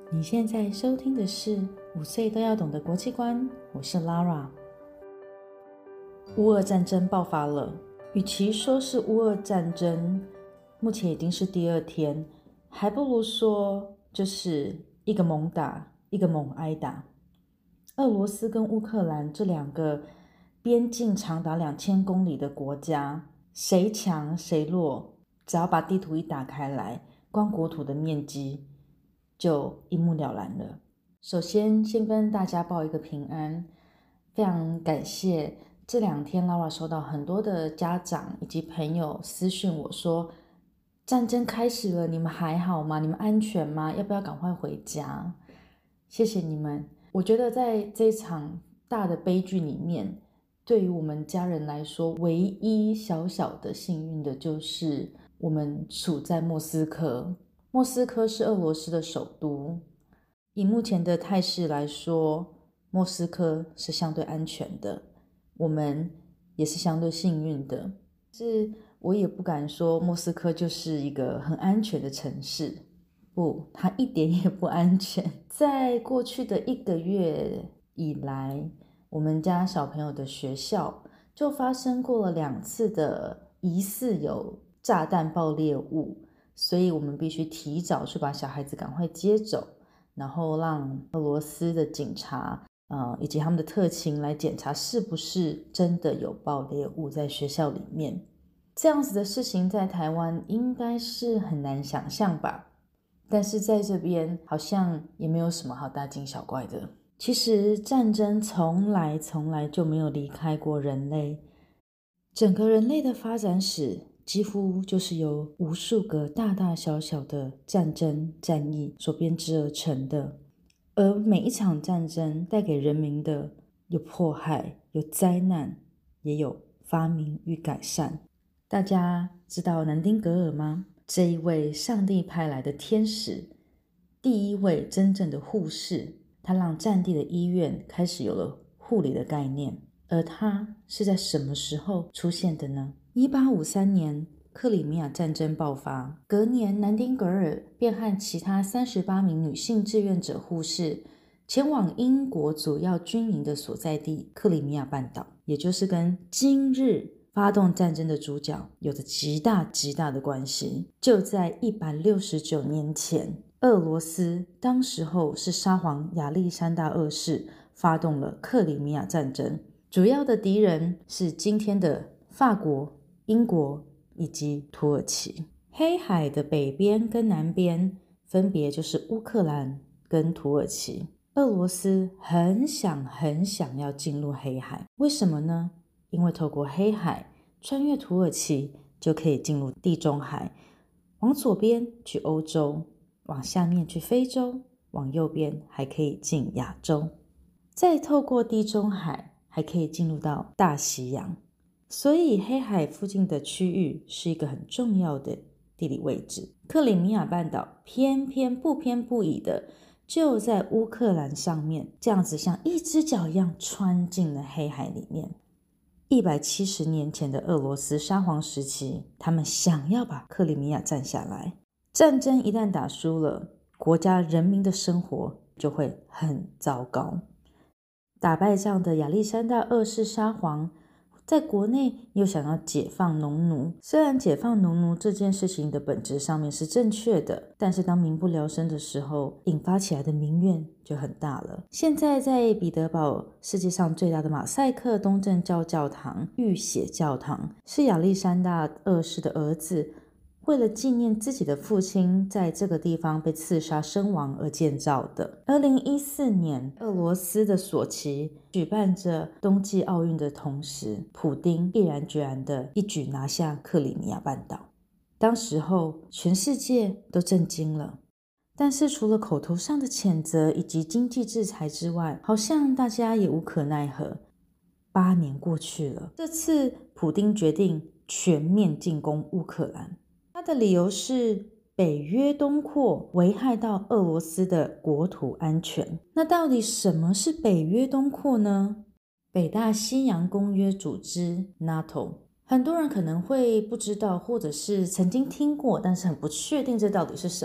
你现在收听的是5岁都要懂的国际观，我是 Lara。 乌俄战争爆发了，与其说是乌俄战争，目前已经是第2天，还不如说就是一个猛打，一个猛挨打。俄罗斯跟乌克兰这2个边境长达2000公里的国家，谁强谁弱，只要把地图一打开来，光国土的面积就一目了然了。首先跟大家报一个平安，非常感谢这2天 Lara 收到很多的家长以及朋友私讯我说，战争开始了，你们还好吗？你们安全吗？要不要赶快回家？谢谢你们。我觉得在这一场大的悲剧里面，对于我们家人来说，唯一小小的幸运的就是我们处在莫斯科。莫斯科是俄罗斯的首都，以目前的态势来说，莫斯科是相对安全的，我们也是相对幸运的。是我也不敢说莫斯科就是一个很安全的城市，不，它一点也不安全。在过去的1个月以来，我们家小朋友的学校就发生过了2次的疑似有炸弹爆裂物，所以我们必须提早去把小孩子赶快接走，然后让俄罗斯的警察以及他们的特勤来检查是不是真的有爆裂物在学校里面。这样子的事情在台湾应该是很难想象吧，但是在这边好像也没有什么好大惊小怪的。其实战争从来就没有离开过人类，整个人类的发展史几乎就是由无数个大大小小的战争战役所编织而成的，而每一场战争带给人民的有迫害，有灾难，也有发明与改善。大家知道南丁格尔吗？这一位上帝派来的天使，第1位真正的护士，他让战地的医院开始有了护理的概念。而他是在什么时候出现的呢？1853年克里米亚战争爆发，隔年南丁格尔便和其他38名女性志愿者护士前往英国主要军营的所在地克里米亚半岛，也就是跟今日发动战争的主角有着极大的关系。就在169年前，俄罗斯当时候是沙皇亚历山大2世发动了克里米亚战争，主要的敌人是今天的法国、英国以及土耳其。黑海的北边跟南边分别就是乌克兰跟土耳其。俄罗斯很想要进入黑海，为什么呢？因为透过黑海穿越土耳其就可以进入地中海，往左边去欧洲，往下面去非洲，往右边还可以进亚洲，再透过地中海还可以进入到大西洋。所以黑海附近的区域是一个很重要的地理位置。克里米亚半岛偏偏不倚的就在乌克兰上面，这样子像一只脚一样穿进了黑海里面。170年前的俄罗斯沙皇时期，他们想要把克里米亚占下来。战争一旦打输了，国家人民的生活就会很糟糕。打败仗的亚历山大2世沙皇在国内又想要解放农奴，虽然解放农奴这件事情的本质上面是正确的，但是当民不聊生的时候，引发起来的民怨就很大了。现在在彼得堡世界上最大的马赛克东正教教堂浴血教堂，是亚历山大2世的儿子为了纪念自己的父亲在这个地方被刺杀身亡而建造的。2014年，俄罗斯的索契举办着冬季奥运的同时，普丁毅然决然的一举拿下克里米亚半岛。当时候全世界都震惊了，但是除了口头上的谴责以及经济制裁之外，好像大家也无可奈何。8年过去了，这次普丁决定全面进攻乌克兰，他的理由是北约东扩危害到俄罗斯的国土安全。那到底什么是北约东扩呢？北大西洋公约组织 NATO， 很多人可能会不知道，或者是曾经听过，但是很不确定这到底是什么。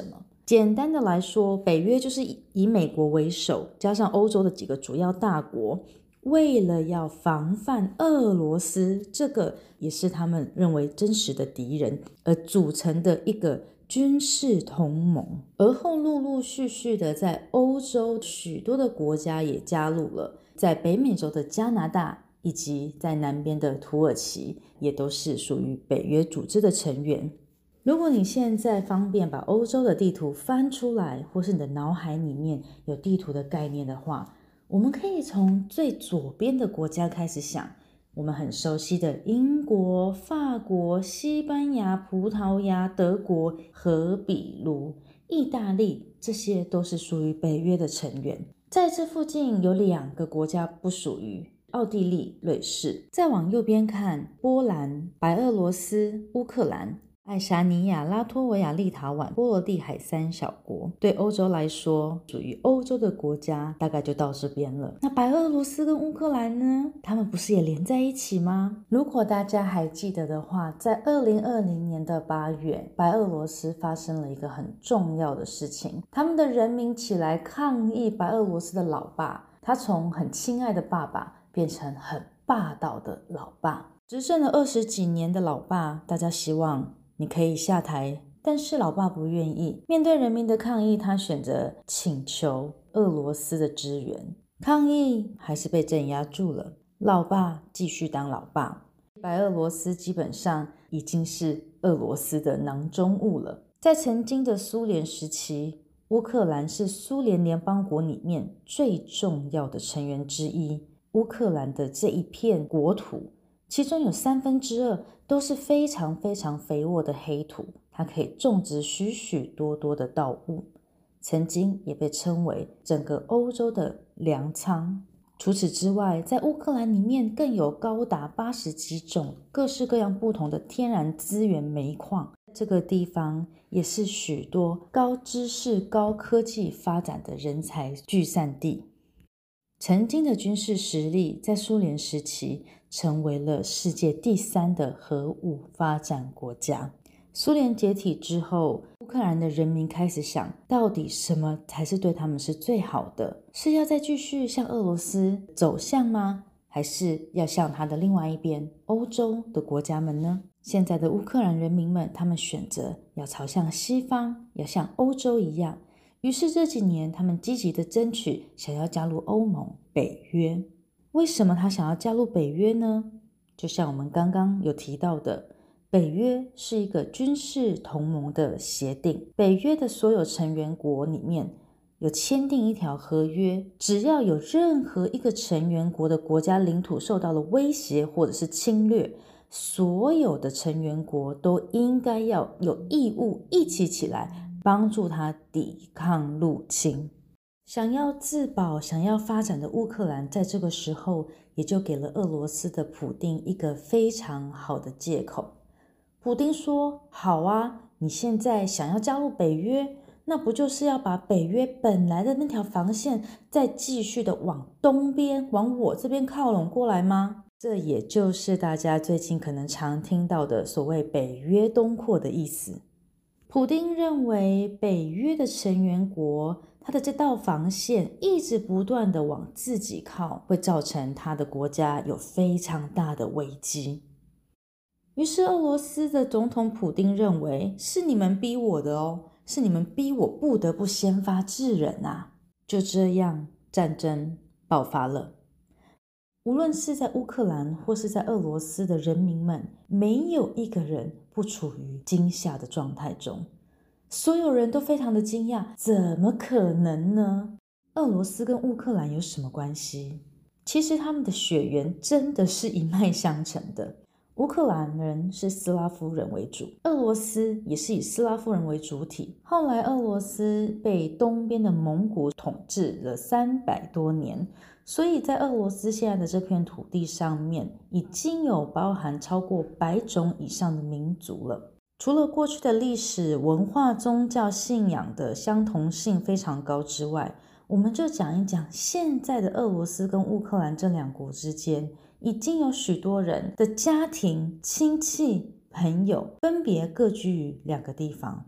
简单的来说，北约就是以美国为首，加上欧洲的几个主要大国，为了要防范俄罗斯，这个也是他们认为真实的敌人，而组成的一个军事同盟。而后陆陆续续的在欧洲许多的国家也加入了，在北美洲的加拿大以及在南边的土耳其也都是属于北约组织的成员。如果你现在方便把欧洲的地图翻出来，或是你的脑海里面有地图的概念的话，我们可以从最左边的国家开始想，我们很熟悉的英国、法国、西班牙、葡萄牙、德国、和比卢、意大利，这些都是属于北约的成员。在这附近有2个国家不属于，奥地利、瑞士。再往右边看，波兰、白俄罗斯、乌克兰、爱沙尼亚、拉脱维亚、立陶宛、波罗的海3小国。对欧洲来说，属于欧洲的国家大概就到这边了。那白俄罗斯跟乌克兰呢？他们不是也连在一起吗？如果大家还记得的话，在2020年的8月，白俄罗斯发生了一个很重要的事情，他们的人民起来抗议白俄罗斯的老爸，他从很亲爱的爸爸变成很霸道的老爸。执政了20几年的老爸，大家希望你可以下台，但是老爸不愿意。面对人民的抗议，他选择请求俄罗斯的支援。抗议还是被镇压住了，老爸继续当老爸。白俄罗斯基本上已经是俄罗斯的囊中物了。在曾经的苏联时期，乌克兰是苏联联邦国里面最重要的成员之一。乌克兰的这一片国土，其中有2/3都是非常非常肥沃的黑土，它可以种植许许多多的稻物，曾经也被称为整个欧洲的粮仓。除此之外，在乌克兰里面更有高达80几种各式各样不同的天然资源煤矿，这个地方也是许多高知识、高科技发展的人才聚散地。曾经的军事实力在苏联时期成为了世界第3的核武发展国家。苏联解体之后，乌克兰的人民开始想，到底什么才是对他们是最好的？是要再继续向俄罗斯走向吗？还是要向他的另外一边欧洲的国家们呢？现在的乌克兰人民们，他们选择要朝向西方，要像欧洲一样。于是这几年他们积极的争取想要加入欧盟、北约。为什么他想要加入北约呢？就像我们刚刚有提到的，北约是一个军事同盟的协定，北约的所有成员国里面有签订一条合约，只要有任何一个成员国的国家领土受到了威胁或者是侵略，所有的成员国都应该要有义务一起起来帮助他抵抗入侵。想要自保、想要发展的乌克兰，在这个时候也就给了俄罗斯的普丁一个非常好的借口。普丁说，好啊，你现在想要加入北约，那不就是要把北约本来的那条防线再继续的往东边，往我这边靠拢过来吗？这也就是大家最近可能常听到的所谓北约东扩的意思。普丁认为北约的成员国，他的这道防线一直不断的往自己靠，会造成他的国家有非常大的危机。于是俄罗斯的总统普丁认为，是你们逼我的哦，是你们逼我不得不先发制人啊。就这样，战争爆发了。无论是在乌克兰或是在俄罗斯的人民们，没有一个人不处于惊吓的状态中。所有人都非常的惊讶，怎么可能呢？俄罗斯跟乌克兰有什么关系？其实他们的血缘真的是一脉相承的。乌克兰人是斯拉夫人为主，俄罗斯也是以斯拉夫人为主体。后来俄罗斯被东边的蒙古统治了300多年，所以在俄罗斯现在的这片土地上面，已经有包含超过100种以上的民族了。除了过去的历史、文化、宗教信仰的相同性非常高之外，我们就讲一讲现在的俄罗斯跟乌克兰这2国之间，已经有许多人的家庭、亲戚、朋友分别各居于2个地方。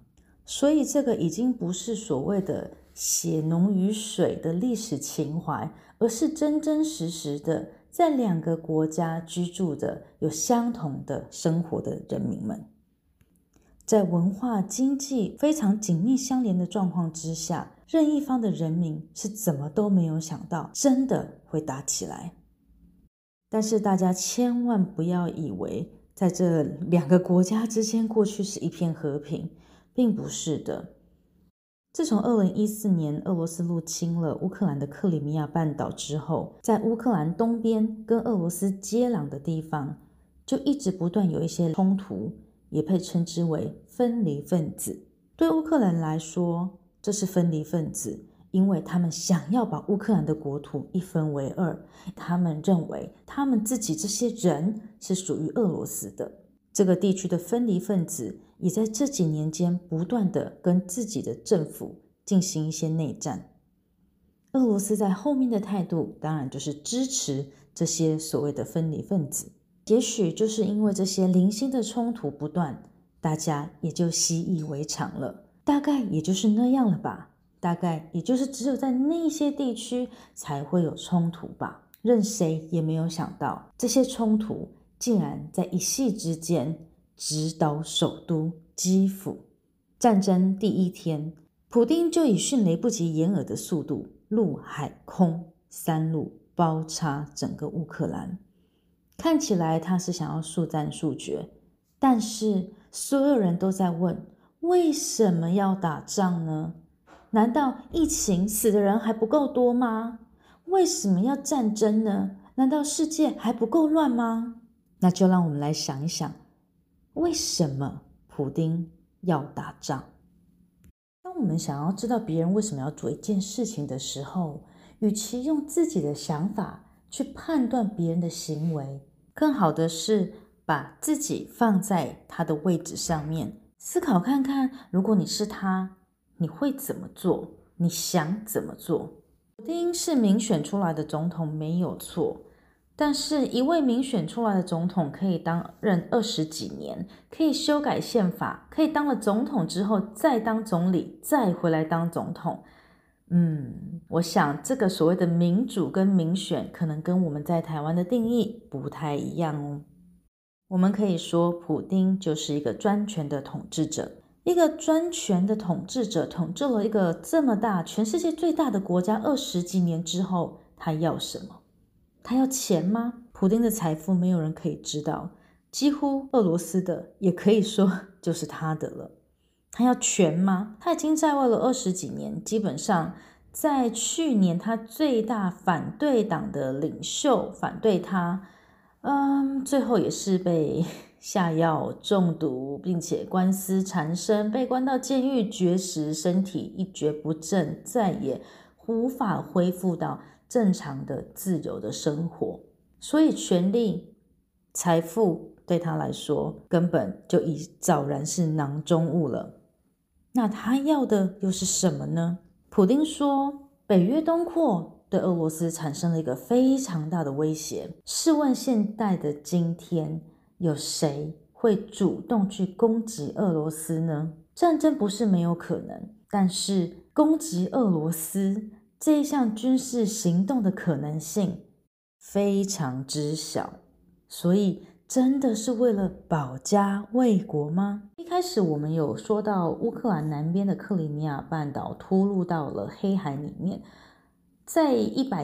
所以这个已经不是所谓的血浓于水的历史情怀，而是真真实实的在两个国家居住的有相同的生活的人民们，在文化经济非常紧密相连的状况之下，任一方的人民是怎么都没有想到真的会打起来。但是大家千万不要以为在这两个国家之间过去是一片和平，并不是的。自从2014年俄罗斯入侵了乌克兰的克里米亚半岛之后，在乌克兰东边跟俄罗斯接壤的地方，就一直不断有一些冲突，也被称之为分离分子。对乌克兰来说，这是分离分子，因为他们想要把乌克兰的国土一分为二，他们认为他们自己这些人是属于俄罗斯的。这个地区的分离分子也在这几年间不断的跟自己的政府进行一些内战。俄罗斯在后面的态度当然就是支持这些所谓的分离分子，也许就是因为这些零星的冲突不断，大家也就习以为常了，大概也就是那样了吧，大概也就是只有在那些地区才会有冲突吧。任谁也没有想到，这些冲突竟然在一夕之间直捣首都基辅。战争第一天，普丁就以迅雷不及掩耳的速度，陆海空三路包插整个乌克兰。看起来他是想要速战速决，但是所有人都在问，为什么要打仗呢？难道疫情死的人还不够多吗？为什么要战争呢？难道世界还不够乱吗？那就让我们来想一想，为什么普丁要打仗？当我们想要知道别人为什么要做一件事情的时候，与其用自己的想法去判断别人的行为，更好的是把自己放在他的位置上面，思考看看，如果你是他，你会怎么做？你想怎么做？普丁是民选出来的总统没有错，但是一位民选出来的总统可以当任20几年，可以修改宪法，可以当了总统之后再当总理，再回来当总统。我想这个所谓的民主跟民选可能跟我们在台湾的定义不太一样哦。我们可以说普丁就是一个专权的统治者，一个专权的统治者统治了一个这么大全世界最大的国家20几年之后，他要什么？他要钱吗？普丁的财富没有人可以知道，几乎俄罗斯的也可以说就是他的了。他要权吗？他已经在位了20几年，基本上在去年他最大反对党的领袖反对他，最后也是被下药中毒，并且官司缠身，被关到监狱绝食，身体一蹶不振，再也无法恢复到正常的自由的生活。所以权力、财富对他来说根本就已早然是囊中物了。那他要的又是什么呢？普丁说，北约东扩对俄罗斯产生了一个非常大的威胁。试问现代的今天，有谁会主动去攻击俄罗斯呢？战争不是没有可能，但是攻击俄罗斯这一项军事行动的可能性非常之小，所以真的是为了保家卫国吗？一开始我们有说到乌克兰南边的克里米亚半岛突入到了黑海里面，在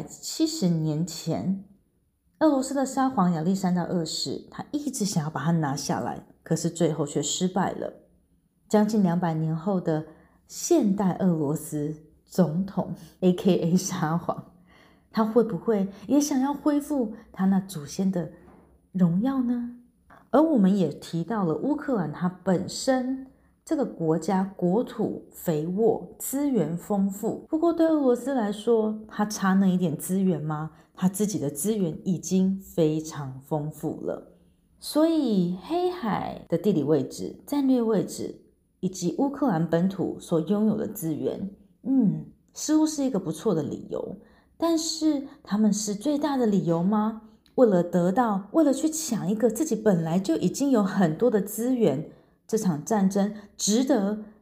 170年前，俄罗斯的沙皇亚历山大二世他一直想要把它拿下来，可是最后却失败了。将近200年后的现代俄罗斯总统 AKA 沙皇，他会不会也想要恢复他那祖先的荣耀呢？而我们也提到了乌克兰它本身这个国家国土肥沃，资源丰富，不过对俄罗斯来说，它差那一点资源吗？它自己的资源已经非常丰富了。所以黑海的地理位置、战略位置以及乌克兰本土所拥有的资源，似乎是一个不错的理由。但是他们是最大的理由吗？为了去抢一个自己本来就已经有很多的资源，这场战争值得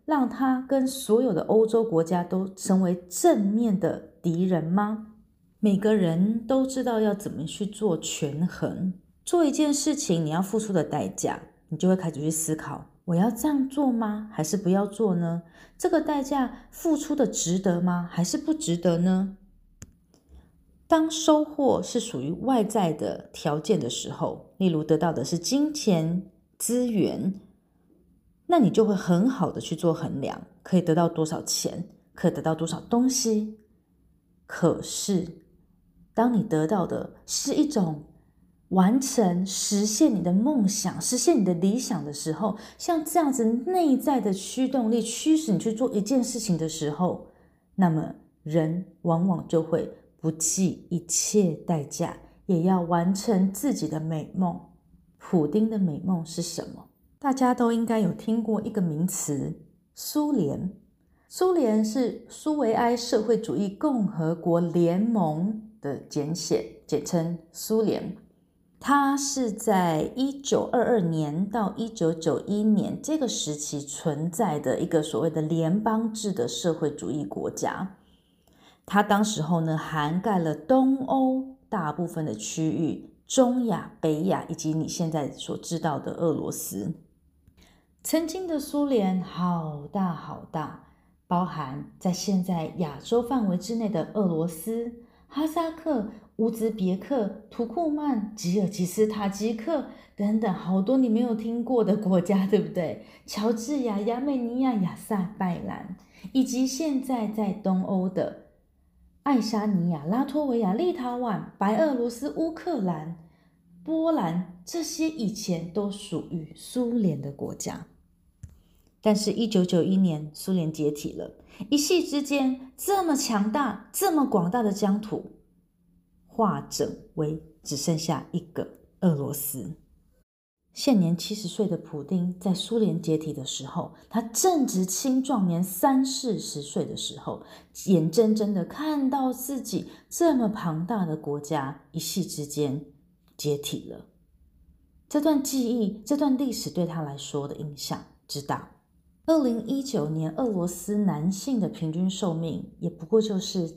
让他跟所有的欧洲国家都成为正面的敌人吗？每个人都知道要怎么去做权衡，做一件事情你要付出的代价，你就会开始去思考，我要这样做吗？还是不要做呢？这个代价付出的值得吗？还是不值得呢？当收获是属于外在的条件的时候，例如得到的是金钱、资源，那你就会很好的去做衡量，可以得到多少钱，可以得到多少东西。可是当你得到的是一种完成、实现你的梦想、实现你的理想的时候，像这样子内在的驱动力驱使你去做一件事情的时候，那么人往往就会不计一切代价，也要完成自己的美梦。普丁的美梦是什么？大家都应该有听过一个名词，苏联。苏联是苏维埃社会主义共和国联盟的简写，简称苏联。它是在1922年到1991年这个时期存在的一个所谓的联邦制的社会主义国家。它当时候呢，涵盖了东欧大部分的区域、中亚、北亚以及你现在所知道的俄罗斯。曾经的苏联好大好大，包含在现在亚洲范围之内的俄罗斯、哈萨克、乌兹别克、土库曼、吉尔吉斯、塔吉克等等好多你没有听过的国家，对不对？乔治亚、亚美尼亚、亚塞拜然，以及现在在东欧的爱沙尼亚、拉脱维亚、立陶宛、白俄罗斯、乌克兰、波兰，这些以前都属于苏联的国家。但是1991年苏联解体了，一夕之间这么强大、这么广大的疆土化整为只剩下一个俄罗斯。现年70岁的普丁在苏联解体的时候，他正值青壮年30-40岁的时候，眼睁睁的看到自己这么庞大的国家一夕之间解体了。这段记忆、这段历史对他来说的影响之大。2019年俄罗斯男性的平均寿命也不过就是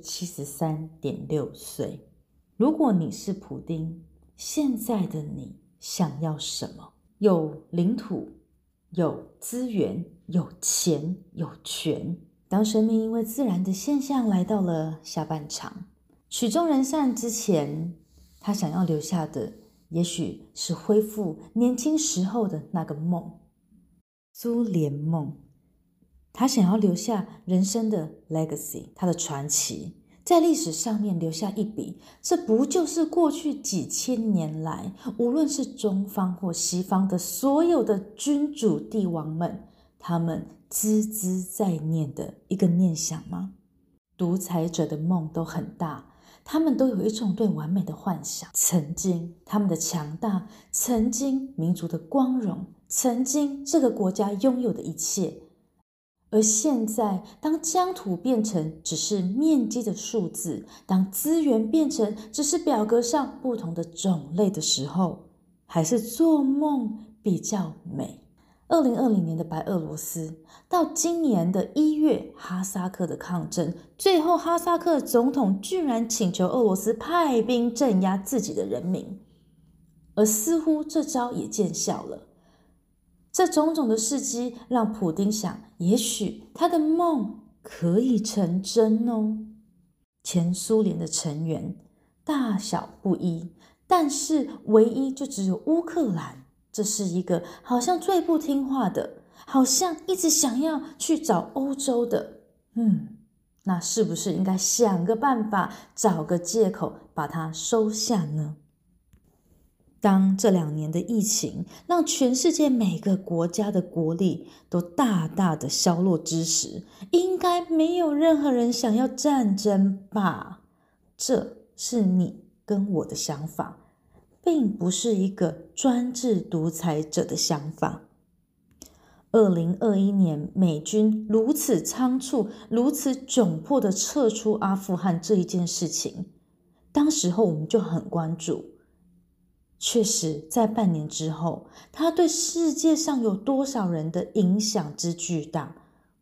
73.6岁。如果你是普丁，现在的你想要什么？有领土，有资源，有钱，有权。当生命因为自然的现象来到了下半场，曲终人散之前，他想要留下的也许是恢复年轻时候的那个梦，苏联梦。他想要留下人生的 legacy， 他的传奇，在历史上面留下一笔。这不就是过去几千年来，无论是中方或西方的所有的君主帝王们，他们孜孜在念的一个念想吗？独裁者的梦都很大，他们都有一种对完美的幻想。曾经他们的强大，曾经民族的光荣，曾经这个国家拥有的一切。而现在，当疆土变成只是面积的数字，当资源变成只是表格上不同的种类的时候，还是做梦比较美。2020年的白俄罗斯，到今年的1月哈萨克的抗争，最后哈萨克总统居然请求俄罗斯派兵镇压自己的人民，而似乎这招也见效了。这种种的事迹让普丁想，也许他的梦可以成真哦。前苏联的成员大小不一，但是唯一就只有乌克兰，这是一个好像最不听话的，好像一直想要去找欧洲的。那是不是应该想个办法，找个借口把它收下呢？当这2年的疫情让全世界每个国家的国力都大大的消落之时，应该没有任何人想要战争吧？这是你跟我的想法，并不是一个专制独裁者的想法。2021年美军如此仓促、如此窘迫的撤出阿富汗这一件事情，当时候我们就很关注。确实，在半年之后，它对世界上有多少人的影响之巨大，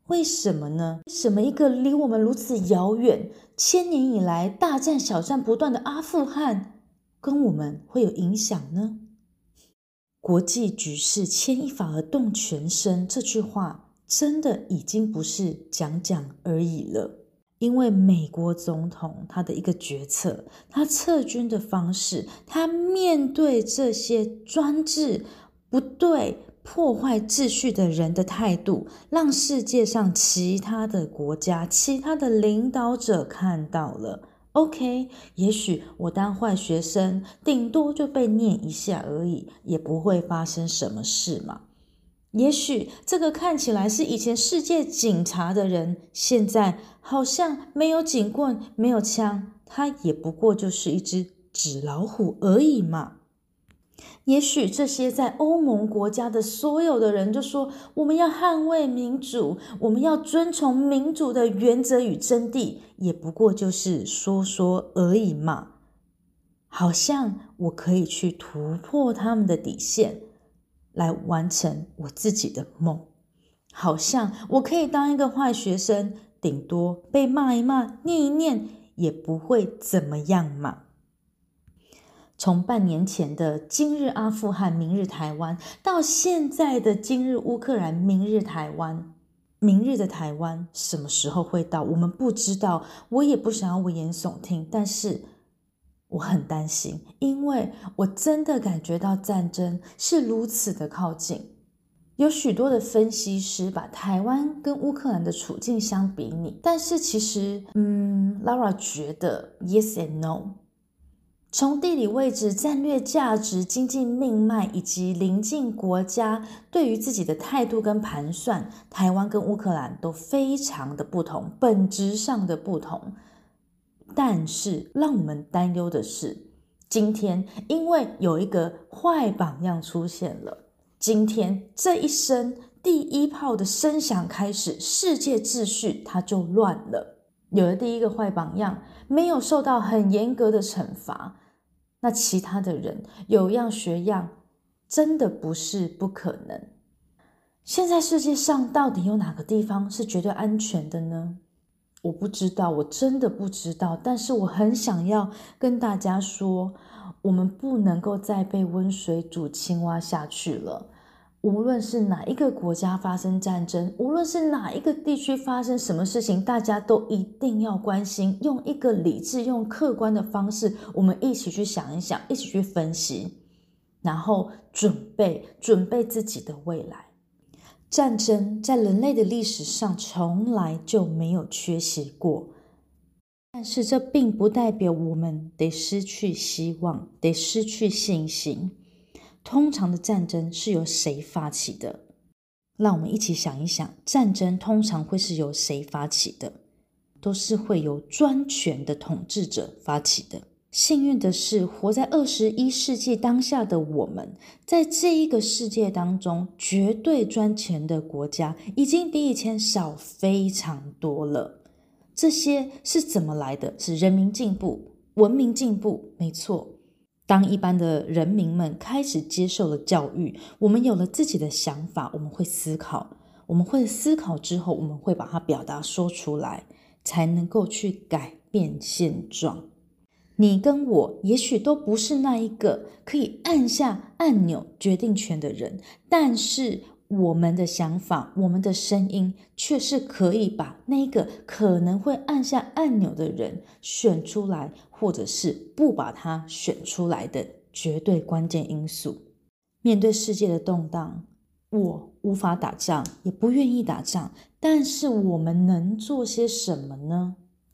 为什么呢？为什么一个离我们如此遥远、千年以来大战小战不断的阿富汗，跟我们会有影响呢？国际局势牵一发而动全身，这句话真的已经不是讲讲而已了。因为美国总统他的一个决策，他撤军的方式，他面对这些专制、不对、破坏秩序的人的态度，让世界上其他的国家、其他的领导者看到了。OK， 也许我当坏学生，顶多就被念一下而已，也不会发生什么事嘛。也许这个看起来是以前世界警察的人，现在好像没有警棍，没有枪，他也不过就是一只纸老虎而已嘛。也许这些在欧盟国家的所有的人就说，我们要捍卫民主，我们要遵从民主的原则与真谛，也不过就是说说而已嘛。好像我可以去突破他们的底线，来完成我自己的梦。好像我可以当一个坏学生，顶多被骂一骂，念一念，也不会怎么样嘛。从半年前的今日阿富汗，明日台湾，到现在的今日乌克兰，明日台湾。明日的台湾什么时候会到？我们不知道，我也不想要危言耸听，但是我很担心，因为我真的感觉到战争是如此的靠近。有许多的分析师把台湾跟乌克兰的处境相比拟，但是其实Lara 觉得 yes and no。从地理位置、战略价值、经济命脉以及邻近国家对于自己的态度跟盘算，台湾跟乌克兰都非常的不同，本质上的不同。但是让我们担忧的是，今天因为有一个坏榜样出现了，今天这一声第一炮的声响开始，世界秩序它就乱了。有了第一个坏榜样，没有受到很严格的惩罚，那其他的人有样学样，真的不是不可能。现在世界上到底有哪个地方是绝对安全的呢？我不知道，我真的不知道，但是我很想要跟大家说，我们不能够再被温水煮青蛙下去了。无论是哪一个国家发生战争，无论是哪一个地区发生什么事情，大家都一定要关心，用一个理智、用客观的方式，我们一起去想一想，一起去分析，然后准备自己的未来。战争在人类的历史上从来就没有缺席过，但是这并不代表我们得失去希望，得失去信心。通常的战争是由谁发起的？让我们一起想一想，战争通常会是由谁发起的？都是会由专权的统治者发起的。幸运的是，活在21世纪当下的我们，在这一个世界当中，绝对专权的国家已经比以前少非常多了。这些是怎么来的？是人民进步、文明进步，没错。当一般的人民们开始接受了教育，我们有了自己的想法，我们会思考，之后，我们会把它表达说出来，才能够去改变现状。你跟我也许都不是那一个可以按下按钮决定权的人，但是我们的想法，我们的声音却是可以把那个可能会按下按钮的人选出来，或者是不把他选出来的绝对关键因素。面对世界的动荡，我无法打仗，也不愿意打仗，但是我们能做些什么呢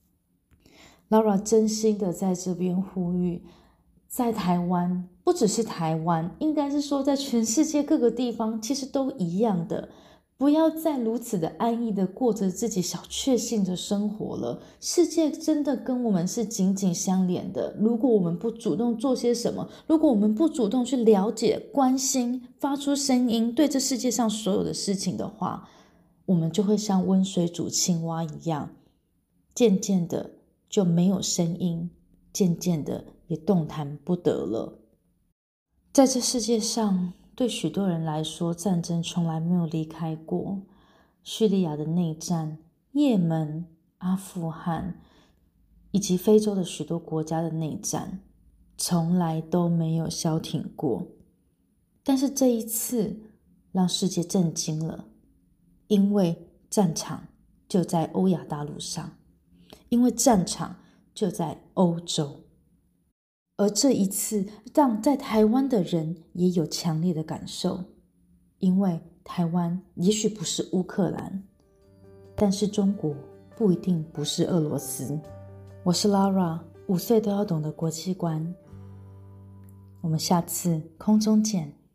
？Lara 真心的在这边呼吁，在台湾，不只是台湾，应该是说在全世界各个地方，其实都一样的，不要再如此的安逸的过着自己小确幸的生活了。世界真的跟我们是紧紧相连的，如果我们不主动做些什么，如果我们不主动去了解、关心、发出声音，对这世界上所有的事情的话，我们就会像温水煮青蛙一样，渐渐的就没有声音，渐渐的也动弹不得了。在这世界上，对许多人来说，战争从来没有离开过。 叙利亚的内战、也门、阿富汗以及非洲的许多国家的内战，从来都没有消停过。但是这一次让世界震惊了，因为战场就在欧亚大陆上，因为战场就在欧洲。而这一次让在台湾的人也有强烈的感受，因为台湾也许不是乌克兰，但是中国不一定不是俄罗斯。我是 Lara， 5岁都要懂的国际观。我们下次空中见。